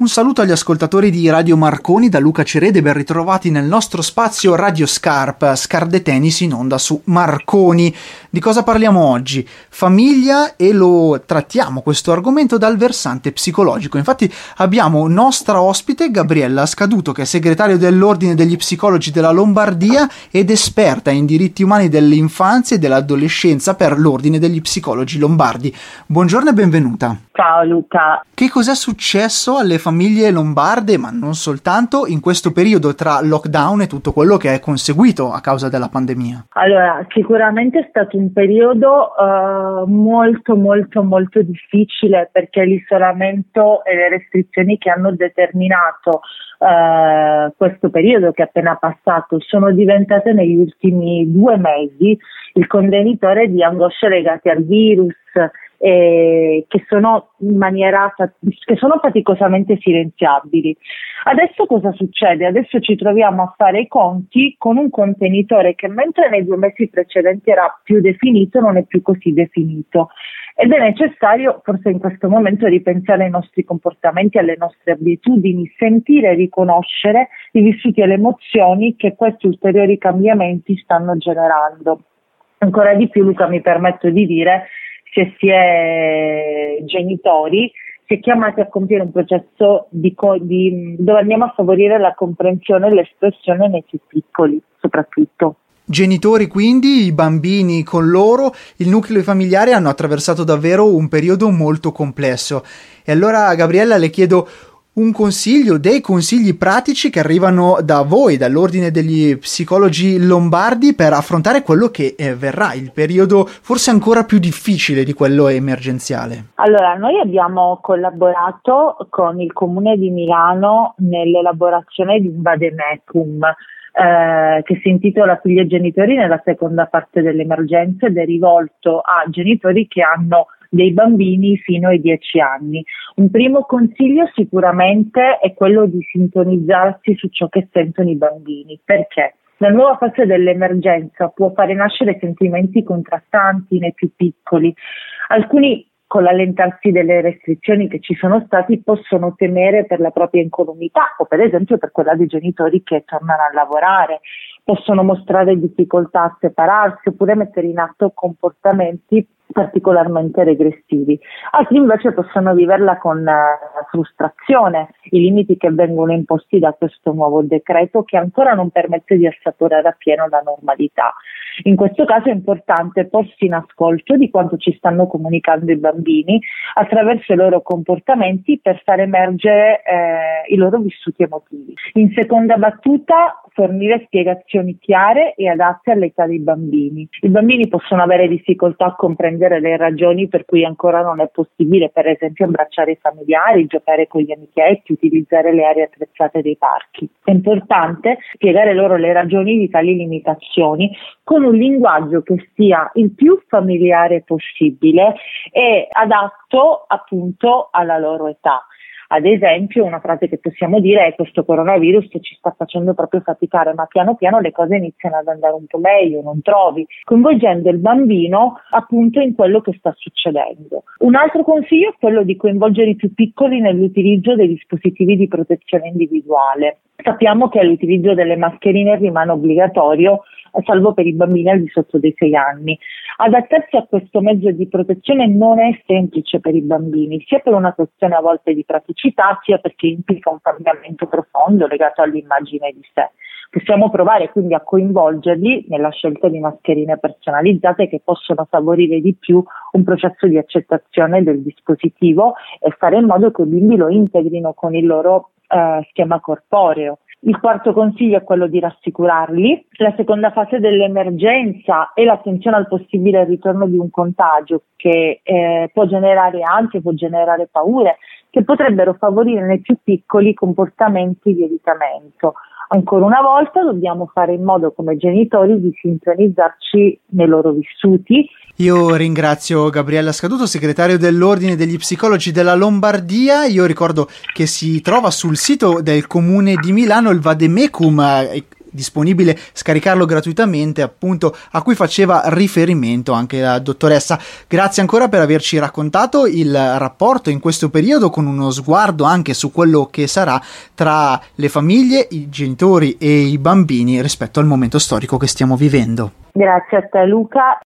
Un saluto agli ascoltatori di Radio Marconi da Luca Cerede, ben ritrovati nel nostro spazio Radio Scar de Tennis in onda su Marconi. Di cosa parliamo oggi? Famiglia, e lo trattiamo questo argomento dal versante psicologico. Infatti abbiamo nostra ospite Gabriella Scaduto, che è segretario dell'Ordine degli Psicologi della Lombardia ed esperta in diritti umani dell'infanzia e dell'adolescenza per l'Ordine degli Psicologi Lombardi. Buongiorno e benvenuta. Ciao Luca. Che cos'è successo alle famiglie lombarde, ma non soltanto, in questo periodo tra lockdown e tutto quello che è conseguito a causa della pandemia? Allora, sicuramente è stato un periodo molto difficile, perché l'isolamento e le restrizioni che hanno determinato questo periodo che è appena passato sono diventate negli ultimi 2 mesi il contenitore di angosce legate al virus, che sono faticosamente silenziabili. Adesso cosa succede? Adesso ci troviamo a fare i conti con un contenitore che, mentre nei 2 mesi precedenti era più definito, non è più così definito, ed è necessario forse in questo momento ripensare ai nostri comportamenti, alle nostre abitudini, sentire e riconoscere i vissuti e le emozioni che questi ulteriori cambiamenti stanno generando. Ancora di più, Luca, mi permetto di dire, se si è genitori, si è chiamati a compiere un processo dove andiamo a favorire la comprensione e l'espressione nei più piccoli, soprattutto. Genitori, quindi, i bambini con loro, il nucleo familiare hanno attraversato davvero un periodo molto complesso. E allora, Gabriella, le chiedo un consiglio, dei consigli pratici che arrivano da voi, dall'Ordine degli Psicologi Lombardi, per affrontare quello che verrà, il periodo forse ancora più difficile di quello emergenziale. Allora, noi abbiamo collaborato con il Comune di Milano nell'elaborazione di un vademecum che si intitola Figli e Genitori nella seconda parte dell'emergenza, ed è rivolto a genitori che hanno dei bambini fino ai 10 anni. Un primo consiglio sicuramente è quello di sintonizzarsi su ciò che sentono i bambini. Perché? La nuova fase dell'emergenza può fare nascere sentimenti contrastanti nei più piccoli. Alcuni, con l'allentarsi delle restrizioni che ci sono stati, possono temere per la propria incolumità, o per esempio per quella dei genitori che tornano a lavorare. Possono mostrare difficoltà a separarsi, oppure mettere in atto comportamenti particolarmente regressivi. Altri invece possono viverla con frustrazione, i limiti che vengono imposti da questo nuovo decreto, che ancora non permette di assaporare appieno la normalità. In questo caso è importante porsi in ascolto di quanto ci stanno comunicando i bambini attraverso i loro comportamenti, per far emergere i loro vissuti emotivi. In seconda battuta, fornire spiegazioni chiare e adatte all'età dei bambini. I bambini possono avere difficoltà a comprendere le ragioni per cui ancora non è possibile, per esempio, abbracciare i familiari, giocare con gli amichetti, utilizzare le aree attrezzate dei parchi. È importante spiegare loro le ragioni di tali limitazioni con un linguaggio che sia il più familiare possibile e adatto appunto alla loro età. Ad esempio, una frase che possiamo dire è: questo coronavirus ci sta facendo proprio faticare, ma piano piano le cose iniziano ad andare un po' meglio, non trovi? Coinvolgendo il bambino appunto in quello che sta succedendo. Un altro consiglio è quello di coinvolgere i più piccoli nell'utilizzo dei dispositivi di protezione individuale. Sappiamo che l'utilizzo delle mascherine rimane obbligatorio, salvo per i bambini al di sotto dei 6 anni. Adattarsi a questo mezzo di protezione non è semplice per i bambini, sia per una questione a volte di praticità, sia perché implica un cambiamento profondo legato all'immagine di sé. Possiamo provare quindi a coinvolgerli nella scelta di mascherine personalizzate che possono favorire di più un processo di accettazione del dispositivo e fare in modo che i bimbi lo integrino con il loro schema corporeo. Il quarto consiglio è quello di rassicurarli. La seconda fase dell'emergenza è l'attenzione al possibile ritorno di un contagio che può generare ansia, può generare paure, che potrebbero favorire nei più piccoli comportamenti di evitamento. Ancora una volta dobbiamo fare in modo come genitori di sintonizzarci nei loro vissuti. Io ringrazio Gabriella Scaduto, segretario dell'Ordine degli Psicologi della Lombardia. Io ricordo che si trova sul sito del Comune di Milano il vademecum disponibile scaricarlo gratuitamente, appunto, a cui faceva riferimento anche la dottoressa. Grazie ancora per averci raccontato il rapporto in questo periodo, con uno sguardo anche su quello che sarà tra le famiglie, i genitori e i bambini rispetto al momento storico che stiamo vivendo. Grazie a te Luca.